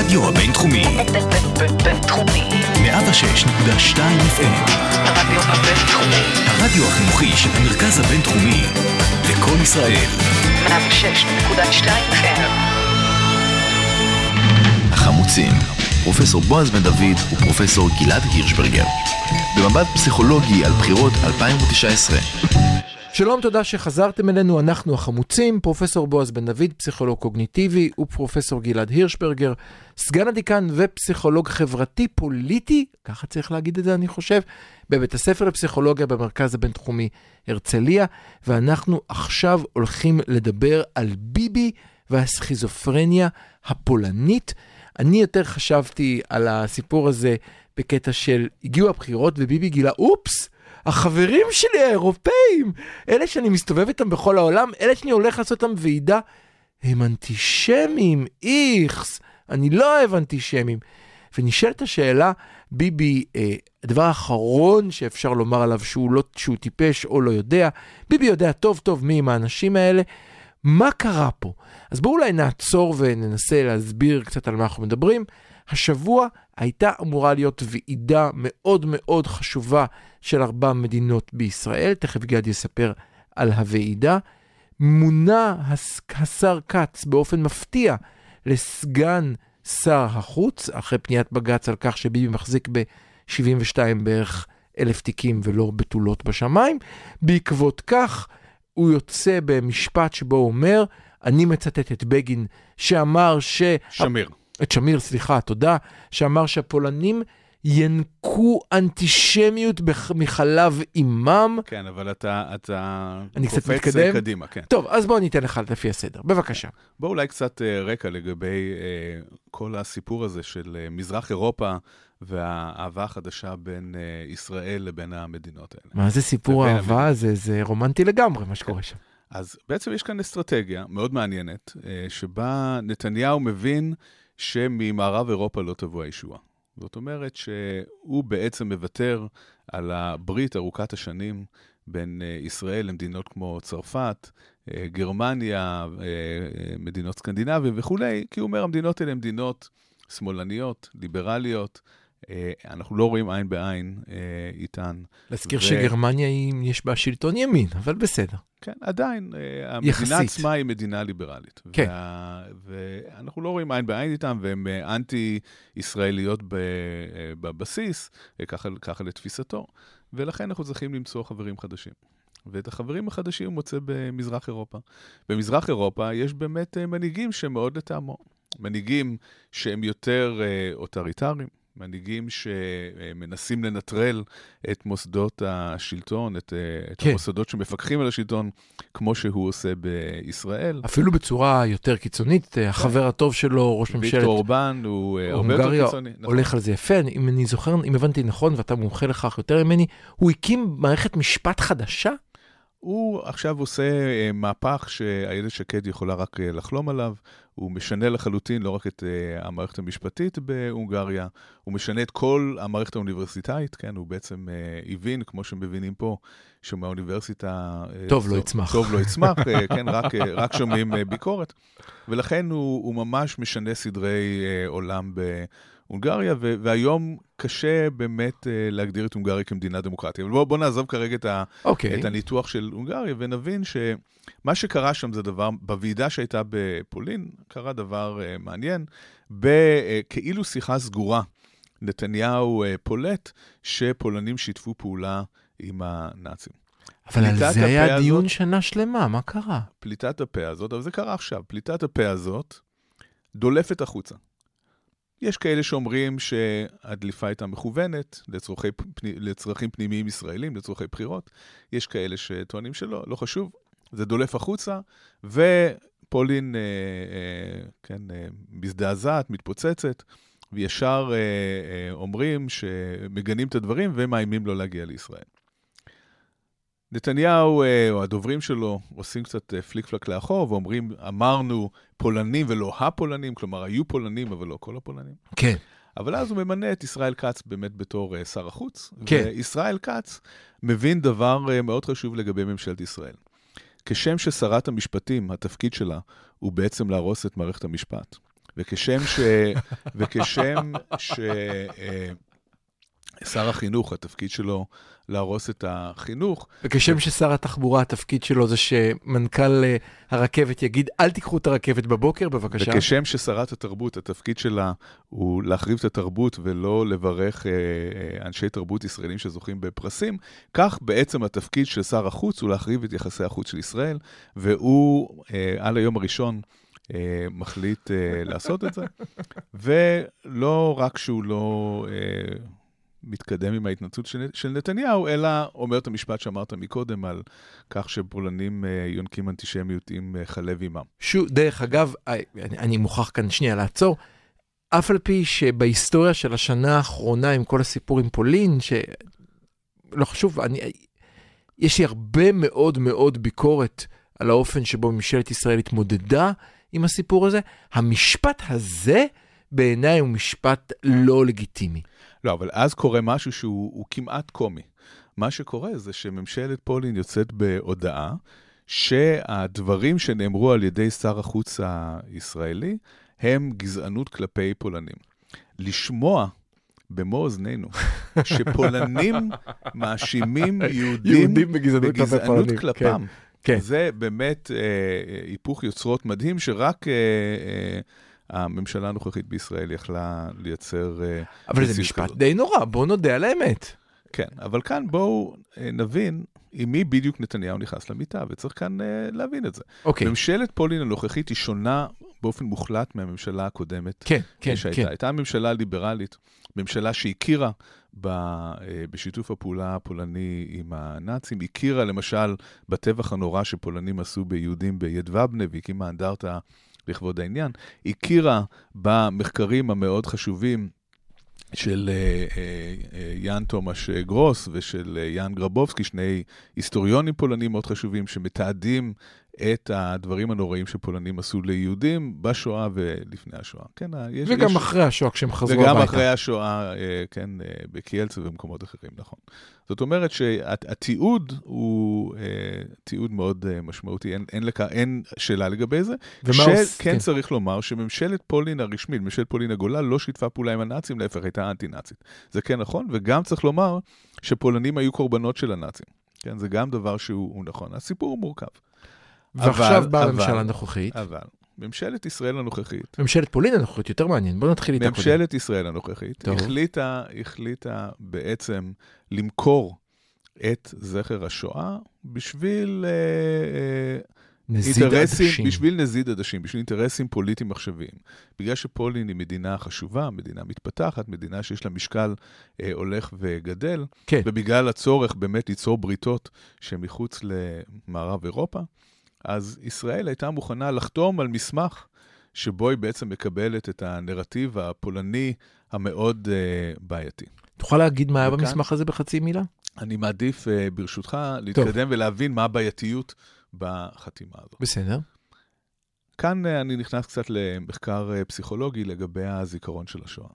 הרדיו הבינתחומי. בינתחומי. 106.2 FM. הרדיו הבינתחומי. הרדיו החינוכי של המרכז הבינתחומי. לכל ישראל. 106.2 FM. החמוצים. פרופסור בועז בן דוד ופרופסור גלעד הירשברגר. במבט פסיכולוגי על בחירות 2019. שלום, תודה שחזרתם אלינו, אנחנו החמוצים, פרופסור בועז בן דוד, פסיכולוג קוגניטיבי, ופרופסור גלעד הירשברגר, סגן הדיקן ופסיכולוג חברתי פוליטי, ככה צריך להגיד את זה אני חושב, בבית הספר לפסיכולוגיה במרכז הבינתחומי הרצליה, ואנחנו עכשיו הולכים לדבר על ביבי והסכיזופרניה הפולנית. אני יותר חשבתי על הסיפור הזה בקטע של הגיעו הבחירות וביבי גילה, אופס, החברים שלי האירופאים, אלה שאני מסתובב איתם בכל העולם, אלה שאני הולך לעשות אותם ועידה, הם אנטישמים, איכס, אני לא אוהב אנטישמים. ונשאלת השאלה, ביבי, הדבר האחרון שאפשר לומר עליו שהוא טיפש או לא יודע, ביבי יודע טוב טוב מי הם האנשים האלה, מה קרה פה? אז בואו אולי נעצור וננסה להסביר קצת על מה אנחנו מדברים. השבוע הייתה אמורה להיות ועידה מאוד מאוד חשובה של 4 מדינות בישראל, תכף גלעד יספר על הוועידה. מונה השר כץ באופן מפתיע לסגן שר החוץ, אחרי פניית בג"ץ על כך שביבי מחזיק ב-72 בערך 1,000 תיקים ולא בתולות בשמיים. בעקבות כך הוא יוצא במשפט שבו הוא אומר, אני מצטט את בגין שאמר שמיר, סליחה, תודה, שאמר שהפולנים ינקו אנטישמיות מחלב אימם. כן, אבל אתה קופץ קדימה, כן. טוב, אז בואו ניתן לך לפי הסדר, בבקשה. בואו אולי קצת רקע לגבי כל הסיפור הזה של מזרח אירופה, והאהבה החדשה בין ישראל לבין המדינות האלה. מה זה סיפור האהבה? זה רומנטי לגמרי, מה שקורה שם. אז בעצם יש כאן אסטרטגיה מאוד מעניינת, שבה נתניהו מבין שממערב אירופה לא תבוא הישועה. זאת אומרת שהוא בעצם מוותר על הברית ארוכת השנים בין ישראל למדינות כמו צרפת, גרמניה, מדינות סקנדינביה וכולי, כי הוא אומר, המדינות האלה הן מדינות שמאלניות, ליברליות, אנחנו לא רואים עין בעין איתן. להזכיר שגרמניה יש בה שלטון ימין, אבל בסדר. כן, עדיין, המדינה עצמה היא מדינה ליברלית. כן. ואנחנו לא רואים עין בעין איתם, והן אנטי-ישראליות בבסיס, ככה לתפיסתו. ולכן אנחנו צריכים למצוא חברים חדשים. ואת החברים החדשים הוא מוצא במזרח אירופה. במזרח אירופה יש באמת מנהיגים שמאוד לטעמו. מנהיגים שהם יותר אוטוריטריים, מנהיגים שמנסים לנטרל את מוסדות השלטון, את המוסדות שמפקחים על השלטון, כמו שהוא עושה בישראל. אפילו בצורה יותר קיצונית, החבר הטוב שלו, ראש ממשלת ויקטור אורבן, הוא הרבה יותר קיצוני. הולך על זה יפה, אם אני זוכר, אם הבנתי נכון, ואתה מומחה לכך יותר ממני, הוא הקים מערכת משפט חדשה? הוא עכשיו עושה מהפך שאיילת שקד יכולה רק לחלום עליו, הוא משנה לחלוטין לא רק את המערכת המשפטית בהונגריה, הוא משנה את כל המערכת האוניברסיטאית, כן, הוא בעצם הבין, כמו שמבינים פה, שמהאוניברסיטה טוב לא יצמח. טוב לא יצמח, כן, רק שומעים ביקורת, ולכן הוא ממש משנה סדרי עולם בהונגריה, והיום קשה באמת להגדיר את הונגריה כמדינה דמוקרטית. אבל בואו נעזוב כרגע את הניתוח של הונגריה, ונבין שמה שקרה שם זה דבר, בוועידה שהייתה בפולין, קרה דבר מעניין, כאילו שיחה סגורה, נתניהו פולט שפולנים שיתפו פעולה עם הנאצים. אבל על זה היה דיון שנה שלמה, מה קרה? פליטת הפה הזאת, אבל זה קרה עכשיו, פליטת הפה הזאת דולפת החוצה. יש כאלה שאומרים שהדליפה הייתה מכוונת לצרכים פנימיים ישראלים, לצורכי בחירות. יש כאלה שטוענים שלא, לא חשוב. זה דולף החוצה, ופולין מזדעזעת, מתפוצצת, וישר אומרים שמגנים את הדברים ומאיימים לא להגיע לישראל. נתניהו או הדוברים שלו עושים קצת פליק פלק לאחור, ואומרים, אמרנו פולנים ולא הפולנים, כלומר היו פולנים אבל לא כל הפולנים. כן. אבל אז הוא ממנה את ישראל כץ באמת בתור שר החוץ, כן. וישראל כץ מבין דבר מאוד חשוב לגבי ממשלת ישראל. כשם ששרת המשפטים, התפקיד שלה, הוא בעצם להרוס את מערכת המשפט. וכשם שר החינוך, התפקיד שלו להרוס את החינוך. וכשם ששר התחבורה, התפקיד שלו זה שמנכ"ל הרכבת יגיד, אל תיקחו את הרכבת בבוקר, בבקשה. וכשם ששרת התרבות, התפקיד שלה הוא להחריב את התרבות ולא לברך אנשי תרבות ישראלים שזוכים בפרסים, כך בעצם התפקיד של שר החוץ הוא להחריב את יחסי החוץ של ישראל, והוא על היום הראשון מחליט לעשות את זה, ולא רק שהוא לא מתקדם עם ההתנצלות של נתניהו, אלא אומר את המשפט שאמרת מקודם על כך שפולנים יונקים אנטישמיות עם חלב עימם. דרך אגב, אני מוכרח כאן שנייה לעצור, אף על פי שבהיסטוריה של השנה האחרונה עם כל הסיפור עם פולין, שלא חשוב, יש לי הרבה מאוד מאוד ביקורת על האופן שבו ממשלת ישראל התמודדה עם הסיפור הזה, המשפט הזה בעיניי הוא משפט לא לגיטימי. לא, אבל אז קורה משהו שהוא כמעט קומי. מה שקורה זה שממשלת פולין יוצאת בהודעה שהדברים שנאמרו על ידי שר החוץ הישראלי הם גזענות כלפי פולנים. לשמוע במו אוזנינו שפולנים מאשימים יהודים בגזענות כלפם. כן. זה באמת היפוך יוצרות מדהים שרק הממשלה הנוכחית בישראל יכלה לייצר... אבל זה משפט די נורא, בואו נודה על האמת. כן, אבל כאן בואו נבין עם מי בדיוק נתניהו נכנס למיטה, וצריך כאן להבין את זה. ממשלת פולין הנוכחית היא שונה באופן מוחלט מהממשלה הקודמת. כן, כן, כן. הייתה ממשלה ליברלית, ממשלה שהכירה בשיתוף הפעולה הפולני עם הנאצים, הכירה למשל בטבח הנורא שפולנים עשו ביהודים בידוובנה, והקימה אנדרטה לכבוד העניין, הכירה במחקרים המאוד חשובים של יאן תומש גרוס ושל יאן גרבובסקי, שני היסטוריונים פולנים מאוד חשובים שמתעדים את הדברים הנוראים שפולנים עשו ליהודים בשואה ולפני השואה. כן, וגם אחרי השואה כשהם חזרו הביתה. וגם אחרי השואה, כן, בקיילצה ובמקומות אחרים, נכון. זאת אומרת שהתיעוד הוא תיעוד מאוד משמעותי, אין שאלה לגבי זה. כן צריך לומר שממשלת פולין הרשמית, ממשלת פולין הגולה, לא שיתפה פעולה עם הנאצים, להפך הייתה אנטי-נאצית. זה כן נכון, וגם צריך לומר שפולנים היו קורבנות של הנאצים. כן, זה גם דבר שהוא נכון. הסיפור הוא מורכב. ועכשיו באה הממשלה הנוכחית. אבל ממשלת ישראל הנוכחית. ממשלת פולין הנוכחית, יותר מעניין. בוא נתחיל איתה קודם. ממשלת ישראל הנוכחית החליטה בעצם למכור את זכר השואה בשביל נזיד עדשים, בשביל אינטרסים פוליטיים מחשביים. בגלל שפולין היא מדינה חשובה, מדינה מתפתחת, מדינה שיש לה משקל הולך וגדל, כן. ובגלל הצורך באמת ליצור בריתות שמחוץ למערב אירופה, אז ישראל הייתה מוכנה לחתום על מסמך שבו היא בעצם מקבלת את הנרטיב הפולני המאוד בעייתי. תוכל להגיד מה היה במסמך הזה בחצי מילה? אני מעדיף ברשותך להתקדם ולהבין מה הבעייתיות בחתימה הזאת. בסדר. כאן אני נכנס קצת למחקר פסיכולוגי לגבי הזיכרון של השואה.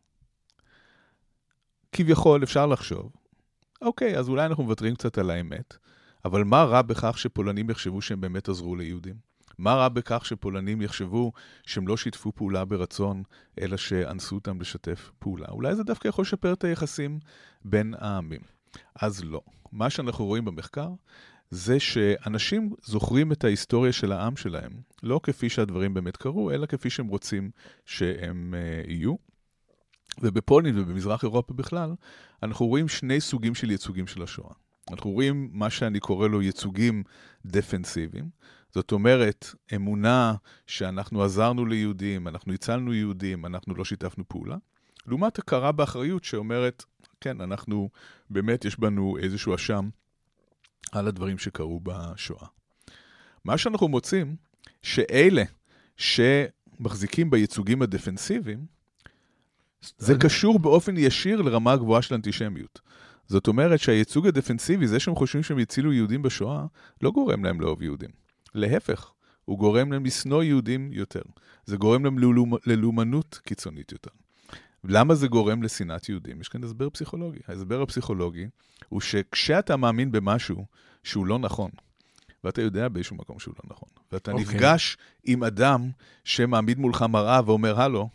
כביכול אפשר לחשוב, אוקיי, אז אולי אנחנו מוותרים קצת על האמת, אבל מה רע בכך שפולנים יחשבו שהם באמת עזרו ליהודים? מה רע בכך שפולנים יחשבו שהם לא שיתפו פעולה ברצון, אלא שאנסו אותם לשתף פעולה? אולי זה דווקא יכול לשפר את היחסים בין העמים. אז לא. מה שאנחנו רואים במחקר, זה שאנשים זוכרים את ההיסטוריה של העם שלהם, לא כפי שהדברים באמת קרו, אלא כפי שהם רוצים שהם יהיו. ובפולין ובמזרח אירופה בכלל, אנחנו רואים שני סוגים של ייצוגים של השואה. אנחנו רואים מה שאני קורא לו ייצוגים דפנסיביים. זאת אומרת, אמונה שאנחנו עזרנו ליהודים, אנחנו הצלנו יהודים, אנחנו לא שיתפנו פעולה. לעומת הכרה באחריות שאומרת, כן, אנחנו באמת יש בנו איזשהו אשם על הדברים שקרו בשואה. מה שאנחנו מוצאים, שאלה שמחזיקים בייצוגים הדפנסיביים, זה קשור באופן ישיר לרמה גבוהה של אנטישמיות. זאת אומרת שהייצוג הדפנסיבי, זה שהם חושבים שהם הצילו יהודים בשואה, לא גורם להם לאהוב יהודים. להפך, הוא גורם להם לשנוא יהודים יותר. זה גורם להם ללאומנות קיצונית יותר. למה זה גורם לשנאת יהודים? יש כאן הסבר פסיכולוגי. ההסבר הפסיכולוגי הוא שכשאתה מאמין במשהו שהוא לא נכון, ואתה יודע באיזשהו מקום שהוא לא נכון, ואתה נפגש עם אדם שמעמיד מולך מראה ואומר, הלו,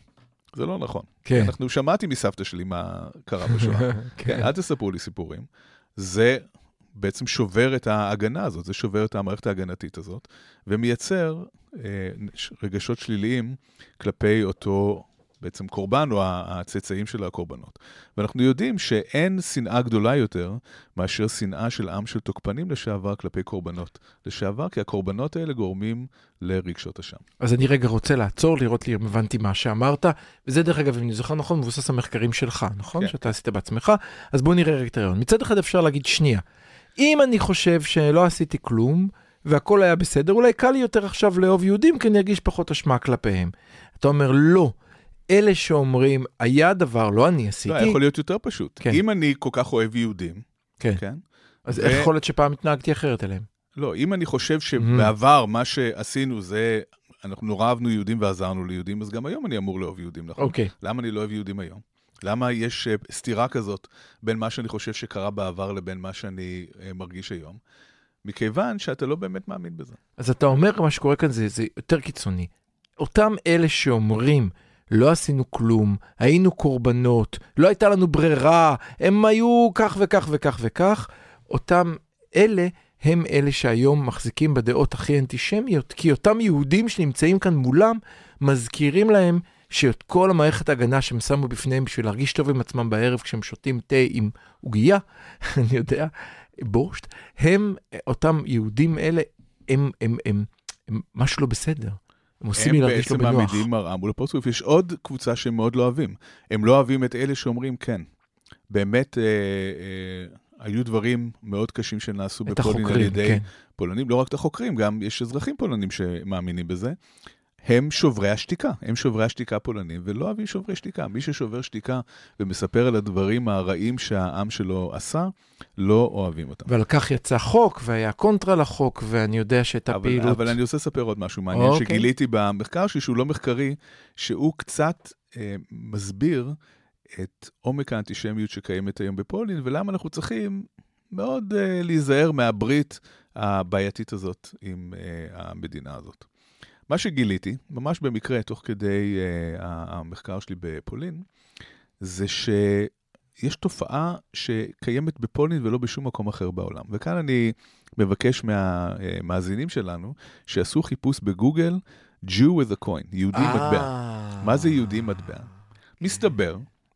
זה לא נכון. כן. אנחנו שמעתי מסבתא שלי מה קרה בשואה. כן, אל תספרו לי סיפורים. זה בעצם שובר את ההגנה הזאת, זה שובר את המערכת ההגנתית הזאת, ומייצר רגשות שליליים כלפי אותו בעצם קורבן או הצאצאים של הקורבנות. ואנחנו יודעים שאין שנאה גדולה יותר מאשר שנאה של עם של תוקפנים לשעבר כלפי קורבנות לשעבר, כי הקורבנות האלה גורמים לרגשות אשם. אז אני רגע רוצה לעצור, לראות לי אם הבנתי מה שאמרת, וזה דרך אגב, אם אני זוכר נכון, מבוסס המחקרים שלך, נכון? כן. שאתה עשית בעצמך, אז בואו נראה רגע את הרעיון. מצד אחד אפשר להגיד שנייה, אם אני חושב שלא עשיתי כלום, והכל היה בסדר, אולי קל לי יותר עכשיו לאהוב יהודים, כי אני ארגיש פחות אשמה כלפיהם. אתה אומר, לא. אלה שאומרים, היה דבר, לא אני עשיתי. לא, יכול להיות יותר פשוט. כן. אם אני כל כך אוהב יהודים, כן. כן? אז איך יכול להיות שפעם התנהגתי אחרת אליהם? לא, אם אני חושב שבעבר מה שעשינו זה, אנחנו נורא אהבנו יהודים ועזרנו ליהודים, אז גם היום אני אמור לאהוב יהודים, נכון? אוקיי. למה אני לא אוהב יהודים היום? למה יש סתירה כזאת בין מה שאני חושב שקרה בעבר לבין מה שאני מרגיש היום? מכיוון שאתה לא באמת מאמין בזה. אז אתה אומר, מה שקורה כאן זה יותר קיצוני. אותם אלה שאומרים, לא עשינו כלום, היינו קורבנות, לא הייתה לנו ברירה, הם היו כך וכך וכך וכך, אותם אלה הם אלה שהיום מחזיקים בדעות הכי אנטישמיות, כי אותם יהודים שנמצאים כאן מולם, מזכירים להם שאת כל המערכת ההגנה שהם שמו בפניהם בשביל להרגיש טוב עם עצמם בערב כשהם שותים תה עם עוגיה, אני יודע, בורשט, הם, אותם יהודים אלה, הם משהו לא בסדר. הם עושים לי להרגיש לא בנוח. הם בעצם מעמידים מראה מול הפרצוף. יש עוד קבוצה שהם מאוד לא אוהבים. הם לא אוהבים את אלה שאומרים כן. באמת היו דברים מאוד קשים שנעשו בפולין על ידי פולנים. לא רק את החוקרים, גם יש אזרחים פולנים שמאמינים בזה. הם שוברי השתיקה. הם שוברי השתיקה הפולנים, ולא אוהבים שוברי שתיקה. מי ששובר שתיקה ומספר על הדברים הרעים שהעם שלו עשה, לא אוהבים אותם. ועל כך יצא חוק, והיה קונטרה לחוק, ואני יודע שהייתה פעילות. אבל אני רוצה לספר עוד משהו מעניין, שגיליתי במחקר שהוא לא מחקרי, שהוא קצת מסביר את עומק האנטישמיות שקיימת היום בפולין, ולמה אנחנו צריכים מאוד להיזהר מהברית הבעייתית הזאת עם המדינה הזאת. מה שגיליתי, ממש במקרה, תוך כדי המחקר שלי בפולין, זה שיש תופעה שקיימת בפולין ולא בשום מקום אחר בעולם. וכאן אני מבקש מהמאזינים שלנו, שעשו חיפוש בגוגל, Jew with a coin, יהודי מטבע. מה זה יהודי מטבע? מסתבר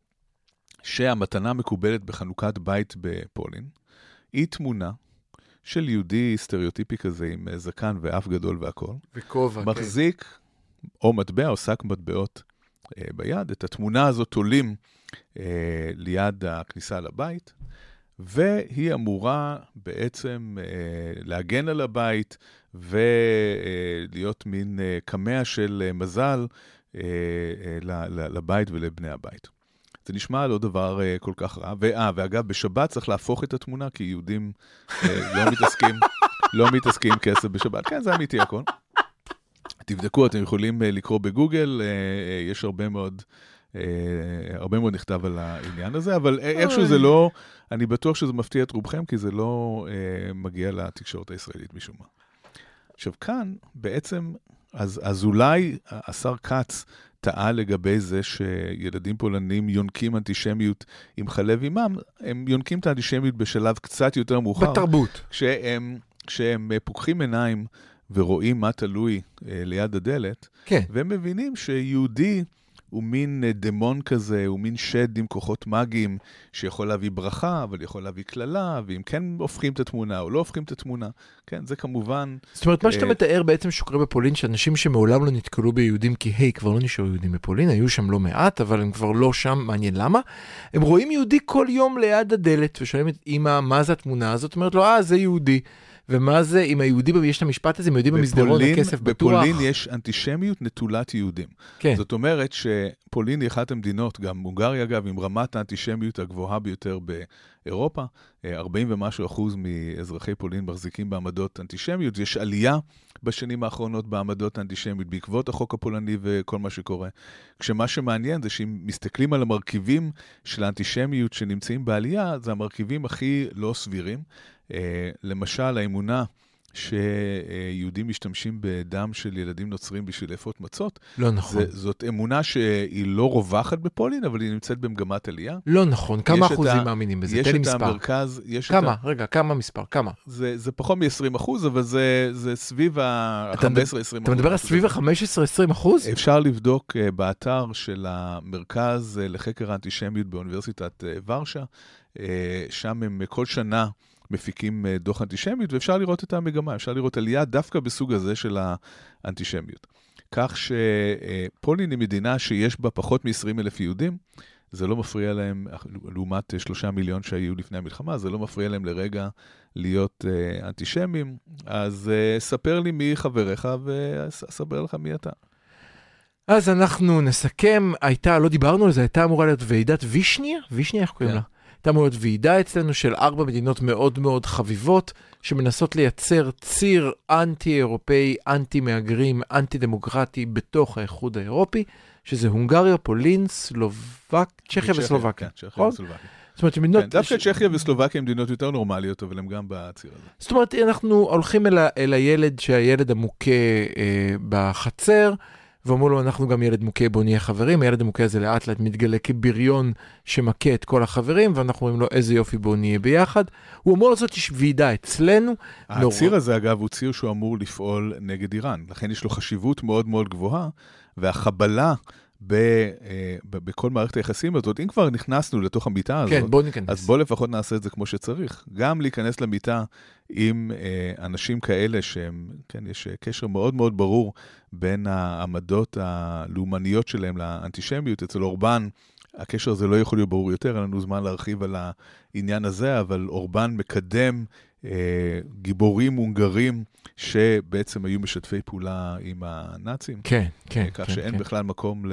שהמתנה המקובלת בחנוכת בית בפולין, היא תמונה, של יהודי סטריאוטיפי כזה, עם זקן ואף גדול והכל. וכובע, מחזיק או מטבע או שק מטבעות ביד. את התמונה הזאת תולים ליד הכניסה לבית, והיא אמורה בעצם להגן על הבית, ולהיות מין קמע של מזל לבית ולבני הבית. זה נשמע לא דבר כל כך רע. ואגב, בשבת צריך להפוך את התמונה, כי יהודים לא מתעסקים כסף בשבת. כן, זה אמיתי הכל. תבדקו, אתם יכולים לקרוא בגוגל, יש הרבה מאוד נכתב על העניין הזה, אבל איכשהו זה לא, אני בטוח שזה מפתיע את רובכם, כי זה לא מגיע לתקשורת הישראלית משום מה. עכשיו כאן, בעצם, אז אולי השר קץ טעה לגבי זה שילדים פולנים יונקים אנטישמיות עם חלב אימם, הם יונקים את האנטישמיות בשלב קצת יותר מאוחר. בתרבות. כשהם פוקחים עיניים ורואים מה תלוי ליד הדלת, כן. והם מבינים שיהודי הוא מין דמון כזה, הוא מין שד עם כוחות מגיים, שיכול להביא ברכה, אבל יכול להביא כללה, ואם כן הופכים את התמונה או לא הופכים את התמונה, כן, זה כמובן... זאת אומרת, מה שאתה מתאר בעצם שקורה בפולין, שאנשים שמעולם לא נתקלו ביהודים, כי כבר לא נשארו יהודים בפולין, היו שם לא מעט, אבל הם כבר לא שם, מעניין למה, הם רואים יהודי כל יום ליד הדלת, ושואלים את אמא, מה זה התמונה הזאת? אומרת לו, זה יהודי. ומה זה, אם היהודים, יש את המשפט הזה, אם היהודים במסדרון, הכסף בטוח. בפולין יש אנטישמיות נטולת יהודים. כן. זאת אומרת שפולין היא אחת המדינות, גם הונגריה אגב, עם רמת האנטישמיות הגבוהה ביותר באירופה, 40 ומשהו אחוז מאזרחי פולין מחזיקים בעמדות אנטישמיות, יש עלייה בשנים האחרונות בעמדות האנטישמיות, בעקבות החוק הפולני וכל מה שקורה. כשמה שמעניין זה שאם מסתכלים על המרכיבים של האנטישמיות שנמצאים בעלייה, זה המרכיבים הכי לא סבירים. למשל, האמונה שיהודים משתמשים בדם של ילדים נוצרים בשביל אפות מצות. לא נכון. זאת אמונה שהיא לא רווחת בפולין, אבל היא נמצאת במגמת עלייה. לא נכון. כמה אחוזים מאמינים בזה? תן לי מספר. המרכז, כמה? רגע, כמה מספר? כמה? זה פחות מ-20%, אבל זה סביב ה-15-20%. אתה מדבר על סביב ה-15-20%? אפשר לבדוק באתר של המרכז לחקר האנטישמיות באוניברסיטת ורשה. שם הם כל שנה מפיקים דוח אנטישמיות, ואפשר לראות את המגמה, אפשר לראות עלייה דווקא בסוג הזה של האנטישמיות. כך שפולין היא מדינה שיש בה פחות מ-20,000 יהודים, זה לא מפריע להם, לעומת 3 מיליון שהיו לפני המלחמה, זה לא מפריע להם לרגע להיות אנטישמים, אז ספר לי מי חבריך וספר לך מי אתה. אז אנחנו נסכם, לא דיברנו על זה, הייתה אמורה להיות ועידת וישניה? וישניה, איך קוראים לה? הייתה אמורה להיות ועידה אצלנו של 4 מדינות מאוד מאוד חביבות, שמנסות לייצר ציר אנטי-אירופאי, אנטי-מהגרים, אנטי-דמוקרטי בתוך האיחוד האירופי, שזה הונגריה, פולין, צ'כיה וסלובקיה. זאת אומרת, דווקא צ'כיה וסלובקיה הם מדינות יותר נורמליות, אבל הם גם בציר הזה. זאת אומרת, אנחנו הולכים אל הילד שהילד המוכה בחצר, ואומרו לו, אנחנו גם ילד מוכה, בוא נהיה חברים. הילד המוכה הזה לאט לאט מתגלה כבריון שמכה את כל החברים, ואנחנו אומרים לו, איזה יופי, בוא נהיה ביחד. הוא אומר לעשות ועידה אצלנו. הציר הזה, אגב, הוא ציר שהוא אמור לפעול נגד איראן. לכן יש לו חשיבות מאוד מאוד גבוהה, והחבלה בכל מערכת היחסים הזאת, אם כבר נכנסנו לתוך המיטה הזאת, כן, בוא ניכנס. אז בוא לפחות נעשה את זה כמו שצריך. גם להיכנס למיטה עם אנשים כאלה שהם, כן, יש קשר מאוד מאוד ברור בין העמדות הלאומניות שלהם לאנטישמיות. אצל אורבן, הקשר הזה לא יכול להיות ברור יותר, אין לנו זמן להרחיב על העניין הזה, אבל אורבן מקדם גיבורים הונגרים שבעצם היו משתפי פעולה עם הנאצים. כן, כן. כך שאין בכלל מקום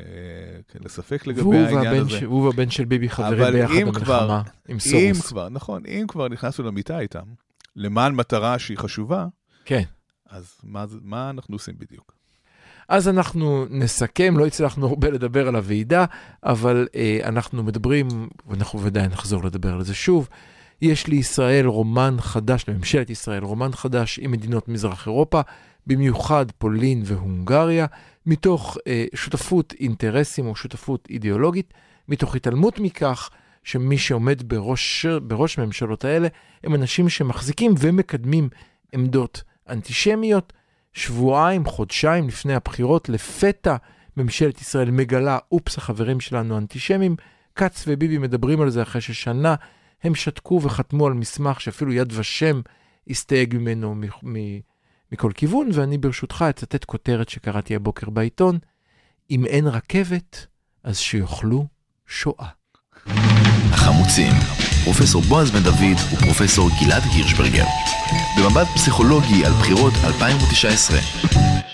לספק לגבי העניין הזה. והוא והבן של ביבי חברים ביחד במלחמה עם סורוס. נכון, אם כבר נכנסנו למיטה איתם, למען מטרה שהיא חשובה, כן. אז מה אנחנו עושים בדיוק? אז אנחנו נסכם, לא הצלחנו הרבה לדבר על הוועידה, אבל אנחנו מדברים, ואנחנו ודאי נחזור לדבר על זה שוב, יש לישראל רומן חדש, לממשלת ישראל רומן חדש עם מדינות מזרח אירופה, במיוחד פולין והונגריה, מתוך שותפות אינטרסים או שותפות אידיאולוגית, מתוך התעלמות מכך שמי שעומד בראש ממשלות האלה, הם אנשים שמחזיקים ומקדמים עמדות אנטישמיות. שבועיים, חודשיים לפני הבחירות, לפתע ממשלת ישראל מגלה, אופס, החברים שלנו אנטישמים. קץ וביבי מדברים על זה אחרי ששנה הם שתקו וחתמו על מסמך שאפילו יד ושם הסתייג ממנו מכל כיוון, ואני ברשותך אצטט כותרת שקראתי הבוקר בעיתון, אם אין רכבת, אז שיוכלו שואה. החמוצים, פרופסור בועז בן דוד ופרופסור גלעד הירשברגר. במבט פסיכולוגי על בחירות 2019.